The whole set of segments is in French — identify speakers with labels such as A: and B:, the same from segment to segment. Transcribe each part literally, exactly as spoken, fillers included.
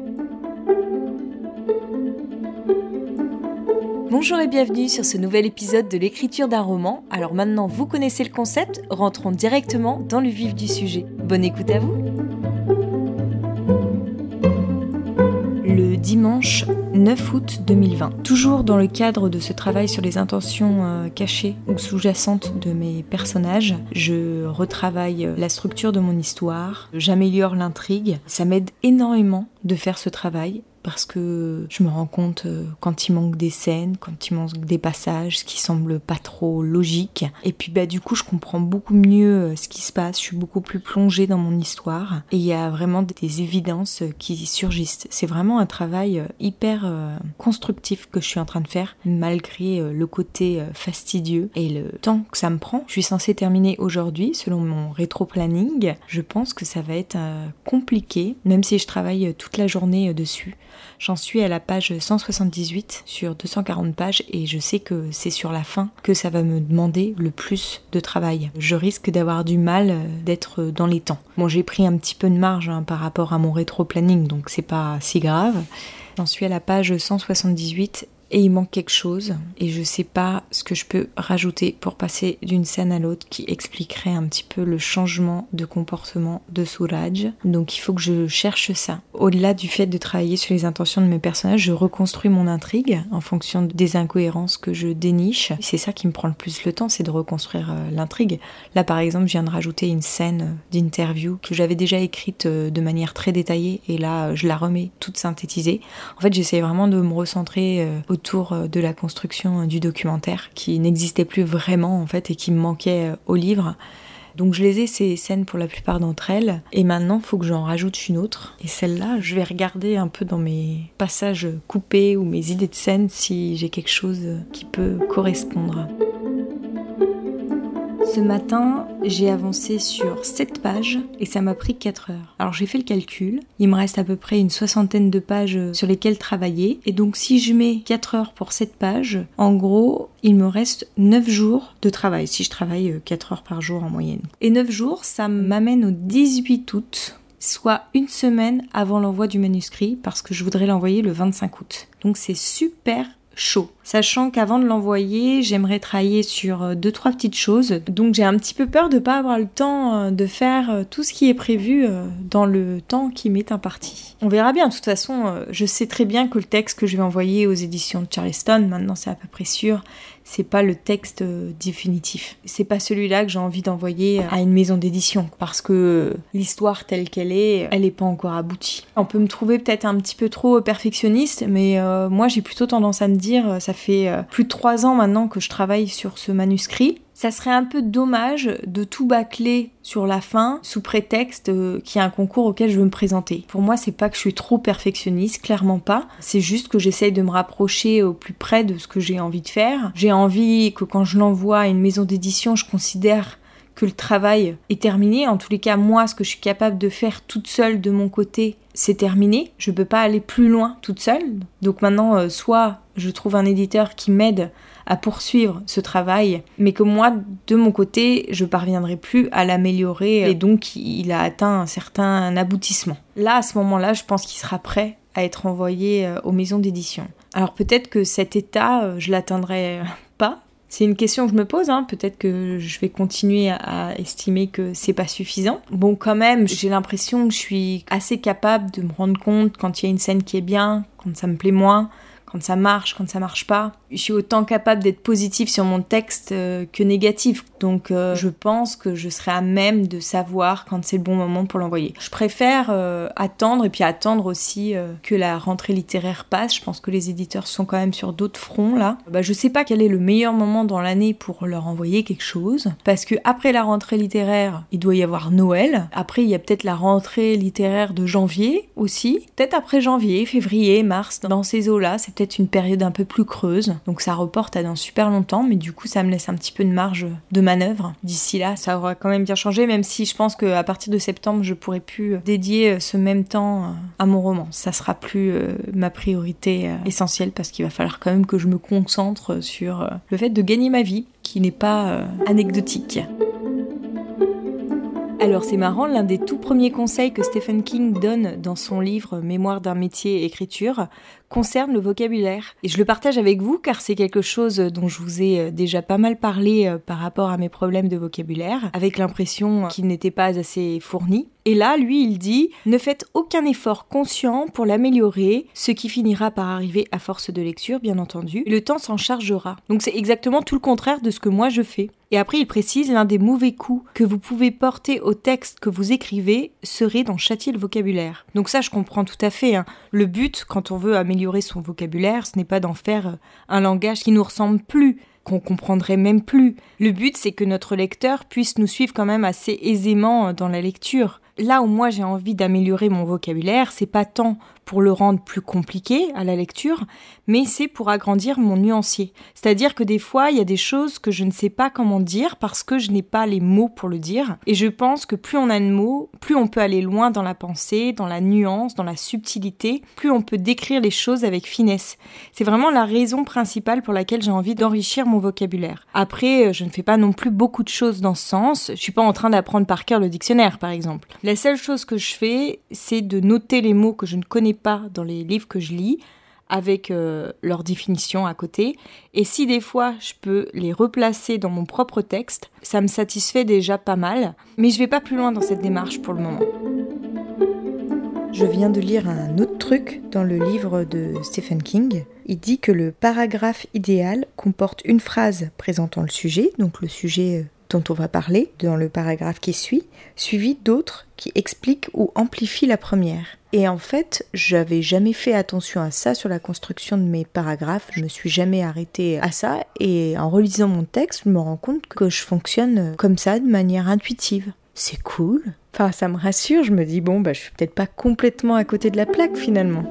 A: Bonjour et bienvenue sur ce nouvel épisode de l'écriture d'un roman. Alors maintenant vous connaissez le concept, rentrons directement dans le vif du sujet. Bonne écoute à vous. Le dimanche neuf août deux mille vingt. Toujours dans le cadre de ce travail sur les intentions euh, cachées ou sous-jacentes de mes personnages, je retravaille la structure de mon histoire, j'améliore l'intrigue. Ça m'aide énormément de faire ce travail. Parce que je me rends compte quand il manque des scènes, quand il manque des passages, ce qui semble pas trop logique. Et puis bah du coup je comprends beaucoup mieux ce qui se passe, je suis beaucoup plus plongée dans mon histoire. Et il y a vraiment des évidences qui surgissent. C'est vraiment un travail hyper euh, constructif que je suis en train de faire, malgré euh, le côté euh, fastidieux et le temps que ça me prend. Je suis censée terminer aujourd'hui selon mon rétro-planning. Je pense que ça va être euh, compliqué, même si je travaille toute la journée euh, dessus. J'en suis à la page cent soixante-dix-huit sur deux cent quarante pages et je sais que c'est sur la fin que ça va me demander le plus de travail. Je risque d'avoir du mal d'être dans les temps. Bon, j'ai pris un petit peu de marge hein, par rapport à mon rétro-planning, donc c'est pas si grave. J'en suis à la page cent soixante-dix-huit et il manque quelque chose et je sais pas ce que je peux rajouter pour passer d'une scène à l'autre qui expliquerait un petit peu le changement de comportement de Suraj. Donc il faut que je cherche ça. Au-delà du fait de travailler sur les intentions de mes personnages, je reconstruis mon intrigue en fonction des incohérences que je déniche. C'est ça qui me prend le plus le temps, c'est de reconstruire euh, l'intrigue. Là par exemple, je viens de rajouter une scène d'interview que j'avais déjà écrite euh, de manière très détaillée et là euh, je la remets toute synthétisée. En fait, j'essaie vraiment de me recentrer euh, autour de la construction du documentaire qui n'existait plus vraiment en fait et qui me manquait au livre. Donc je les ai ces scènes pour la plupart d'entre elles et maintenant il faut que j'en rajoute une autre et celle-là je vais regarder un peu dans mes passages coupés ou mes idées de scène si j'ai quelque chose qui peut correspondre. Ce matin, j'ai avancé sur sept pages et ça m'a pris quatre heures. Alors j'ai fait le calcul, il me reste à peu près une soixantaine de pages sur lesquelles travailler. Et donc si je mets quatre heures pour sept pages, en gros, il me reste neuf jours de travail, si je travaille quatre heures par jour en moyenne. Et neuf jours, ça m'amène au dix-huit août, soit une semaine avant l'envoi du manuscrit, parce que je voudrais l'envoyer le vingt-cinq août. Donc c'est super chaud. Sachant qu'avant de l'envoyer, j'aimerais travailler sur deux, trois petites choses. Donc j'ai un petit peu peur de ne pas avoir le temps de faire tout ce qui est prévu dans le temps qui m'est imparti. On verra bien. De toute façon, je sais très bien que le texte que je vais envoyer aux éditions de Charleston, maintenant c'est à peu près sûr, c'est pas le texte définitif. C'est pas celui-là que j'ai envie d'envoyer à une maison d'édition parce que l'histoire telle qu'elle est, elle est pas encore aboutie. On peut me trouver peut-être un petit peu trop perfectionniste, mais euh, moi j'ai plutôt tendance à me dire, ça fait euh, plus de trois ans maintenant que je travaille sur ce manuscrit. Ça serait un peu dommage de tout bâcler sur la fin sous prétexte euh, qu'il y a un concours auquel je veux me présenter. Pour moi, c'est pas que je suis trop perfectionniste, clairement pas. C'est juste que j'essaye de me rapprocher au plus près de ce que j'ai envie de faire. J'ai envie que quand je l'envoie à une maison d'édition, je considère que le travail est terminé. En tous les cas, moi, ce que je suis capable de faire toute seule de mon côté, c'est terminé. Je peux pas aller plus loin toute seule. Donc maintenant, euh, soit je trouve un éditeur qui m'aide à poursuivre ce travail, mais que moi, de mon côté, je parviendrai plus à l'améliorer et donc il a atteint un certain aboutissement. Là, à ce moment-là, je pense qu'il sera prêt à être envoyé aux maisons d'édition. Alors peut-être que cet état, je l'atteindrai pas. C'est une question que je me pose, hein. Peut-être que je vais continuer à estimer que c'est pas suffisant. Bon, quand même, j'ai l'impression que je suis assez capable de me rendre compte quand il y a une scène qui est bien, quand ça me plaît moins, quand ça marche, quand ça marche pas. Je suis autant capable d'être positive sur mon texte euh, que négative. Donc euh, je pense que je serai à même de savoir quand c'est le bon moment pour l'envoyer. Je préfère euh, attendre et puis attendre aussi euh, que la rentrée littéraire passe. Je pense que les éditeurs sont quand même sur d'autres fronts là. Bah, je sais pas quel est le meilleur moment dans l'année pour leur envoyer quelque chose. Parce que après la rentrée littéraire, il doit y avoir Noël. Après il y a peut-être la rentrée littéraire de janvier aussi. Peut-être après janvier, février, mars, dans ces eaux-là, c'est peut-être une période un peu plus creuse. Donc ça reporte à dans super longtemps, mais du coup ça me laisse un petit peu de marge de manœuvre. D'ici là, ça aura quand même bien changé, même si je pense qu'à partir de septembre, je pourrai plus dédier ce même temps à mon roman. Ça sera plus euh, ma priorité euh, essentielle, parce qu'il va falloir quand même que je me concentre sur euh, le fait de gagner ma vie, qui n'est pas euh, anecdotique. Alors c'est marrant, l'un des tout premiers conseils que Stephen King donne dans son livre Mémoire d'un métier écriture concerne le vocabulaire. Et je le partage avec vous car c'est quelque chose dont je vous ai déjà pas mal parlé par rapport à mes problèmes de vocabulaire, avec l'impression qu'il n'était pas assez fourni. Et là, lui, il dit « Ne faites aucun effort conscient pour l'améliorer, ce qui finira par arriver à force de lecture, bien entendu. Le temps s'en chargera. » Donc c'est exactement tout le contraire de ce que moi je fais. Et après, il précise « L'un des mauvais coups que vous pouvez porter au texte que vous écrivez serait d'en châtier le vocabulaire. » Donc ça, je comprends tout à fait. Hein. Le but, quand on veut améliorer son vocabulaire, ce n'est pas d'en faire un langage qui nous ressemble plus, qu'on comprendrait même plus. Le but, c'est que notre lecteur puisse nous suivre quand même assez aisément dans la lecture. Là où moi j'ai envie d'améliorer mon vocabulaire, c'est pas tant pour le rendre plus compliqué à la lecture, mais c'est pour agrandir mon nuancier. C'est-à-dire que des fois, il y a des choses que je ne sais pas comment dire parce que je n'ai pas les mots pour le dire. Et je pense que plus on a de mots, plus on peut aller loin dans la pensée, dans la nuance, dans la subtilité, plus on peut décrire les choses avec finesse. C'est vraiment la raison principale pour laquelle j'ai envie d'enrichir mon vocabulaire. Après, je ne fais pas non plus beaucoup de choses dans ce sens. Je suis pas en train d'apprendre par cœur le dictionnaire, par exemple. La seule chose que je fais, c'est de noter les mots que je ne connais pas dans les livres que je lis, avec euh, leur définition à côté. Et si des fois, je peux les replacer dans mon propre texte, ça me satisfait déjà pas mal. Mais je vais pas plus loin dans cette démarche pour le moment. Je viens de lire un autre truc dans le livre de Stephen King. Il dit que le paragraphe idéal comporte une phrase présentant le sujet, donc le sujet dont on va parler dans le paragraphe qui suit, suivi d'autres qui expliquent ou amplifient la première. Et en fait, j'avais jamais fait attention à ça sur la construction de mes paragraphes, je me suis jamais arrêtée à ça, et en relisant mon texte, je me rends compte que je fonctionne comme ça, de manière intuitive. C'est cool. Enfin, ça me rassure, je me dis, bon, bah, je suis peut-être pas complètement à côté de la plaque finalement.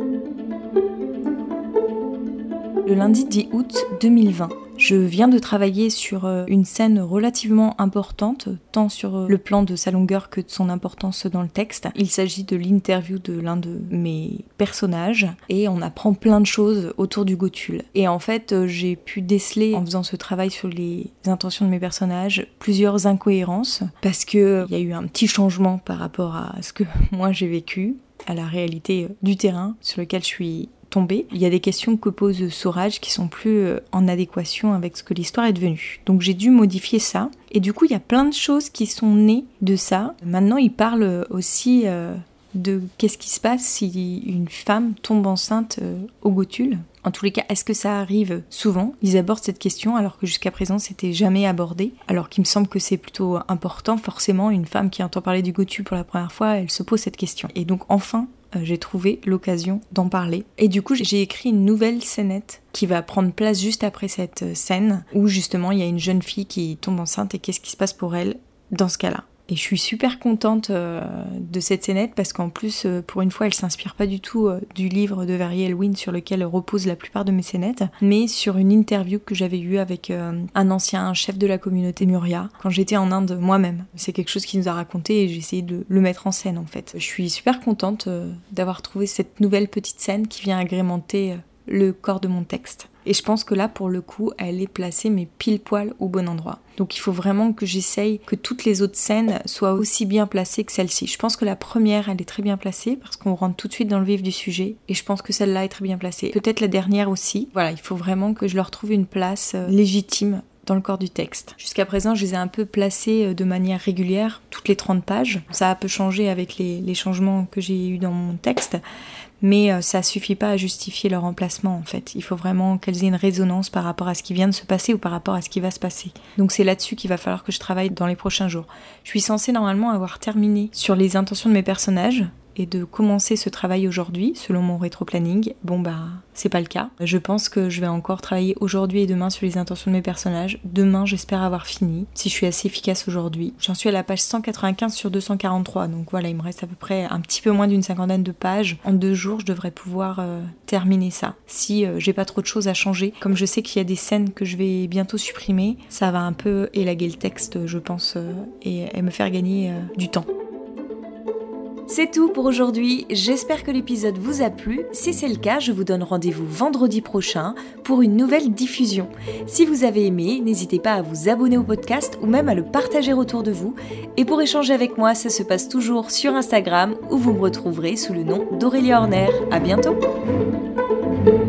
A: Le lundi dix août deux mille vingt. Je viens de travailler sur une scène relativement importante, tant sur le plan de sa longueur que de son importance dans le texte. Il s'agit de l'interview de l'un de mes personnages et on apprend plein de choses autour du Gothul. Et en fait, j'ai pu déceler, en faisant ce travail sur les intentions de mes personnages, plusieurs incohérences parce qu'il y a eu un petit changement par rapport à ce que moi j'ai vécu, à la réalité du terrain sur lequel je suis tombée. Il y a des questions que pose Saurage qui sont plus en adéquation avec ce que l'histoire est devenue. Donc j'ai dû modifier ça. Et du coup, il y a plein de choses qui sont nées de ça. Maintenant, il parle aussi euh, de qu'est-ce qui se passe si une femme tombe enceinte euh, au Gothul. En tous les cas, est-ce que ça arrive souvent ? Ils abordent cette question alors que jusqu'à présent, c'était jamais abordé. Alors qu'il me semble que c'est plutôt important. Forcément, une femme qui entend parler du Gothul pour la première fois, elle se pose cette question. Et donc enfin, Euh, j'ai trouvé l'occasion d'en parler. Et du coup, j'ai écrit une nouvelle scénette qui va prendre place juste après cette scène où justement il y a une jeune fille qui tombe enceinte et qu'est-ce qui se passe pour elle dans ce cas-là. Et je suis super contente euh, de cette scénette parce qu'en plus, euh, pour une fois, elle s'inspire pas du tout euh, du livre de Verrier Elwin sur lequel reposent la plupart de mes scénettes, mais sur une interview que j'avais eue avec euh, un ancien chef de la communauté Muria quand j'étais en Inde moi-même. C'est quelque chose qu'il nous a raconté et j'ai essayé de le mettre en scène en fait. Je suis super contente euh, d'avoir trouvé cette nouvelle petite scène qui vient agrémenter euh, le corps de mon texte. Et je pense que là, pour le coup, elle est placée, mais pile poil au bon endroit. Donc il faut vraiment que j'essaye que toutes les autres scènes soient aussi bien placées que celle-ci. Je pense que la première, elle est très bien placée, parce qu'on rentre tout de suite dans le vif du sujet. Et je pense que celle-là est très bien placée. Peut-être la dernière aussi. Voilà, il faut vraiment que je leur trouve une place euh, légitime dans le corps du texte. Jusqu'à présent, je les ai un peu placés de manière régulière, toutes les trente pages. Ça a un peu changé avec les, les changements que j'ai eus dans mon texte, mais euh, ça suffit pas à justifier leur emplacement en fait. Il faut vraiment qu'elles aient une résonance par rapport à ce qui vient de se passer ou par rapport à ce qui va se passer. Donc c'est là-dessus qu'il va falloir que je travaille dans les prochains jours. Je suis censée normalement avoir terminé sur les intentions de mes personnages et de commencer ce travail aujourd'hui, selon mon rétro-planning. Bon bah, c'est pas le cas. Je pense que je vais encore travailler aujourd'hui et demain sur les intentions de mes personnages. Demain, j'espère avoir fini, si je suis assez efficace aujourd'hui. J'en suis à la page cent quatre-vingt-quinze sur deux cent quarante-trois, donc voilà, il me reste à peu près un petit peu moins d'une cinquantaine de pages. En deux jours, je devrais pouvoir euh, terminer ça, si euh, j'ai pas trop de choses à changer. Comme je sais qu'il y a des scènes que je vais bientôt supprimer, ça va un peu élaguer le texte, je pense, euh, et, et me faire gagner euh, du temps. C'est tout pour aujourd'hui, j'espère que l'épisode vous a plu. Si c'est le cas, je vous donne rendez-vous vendredi prochain pour une nouvelle diffusion. Si vous avez aimé, n'hésitez pas à vous abonner au podcast ou même à le partager autour de vous. Et pour échanger avec moi, ça se passe toujours sur Instagram où vous me retrouverez sous le nom d'Aurélie Horner. À bientôt!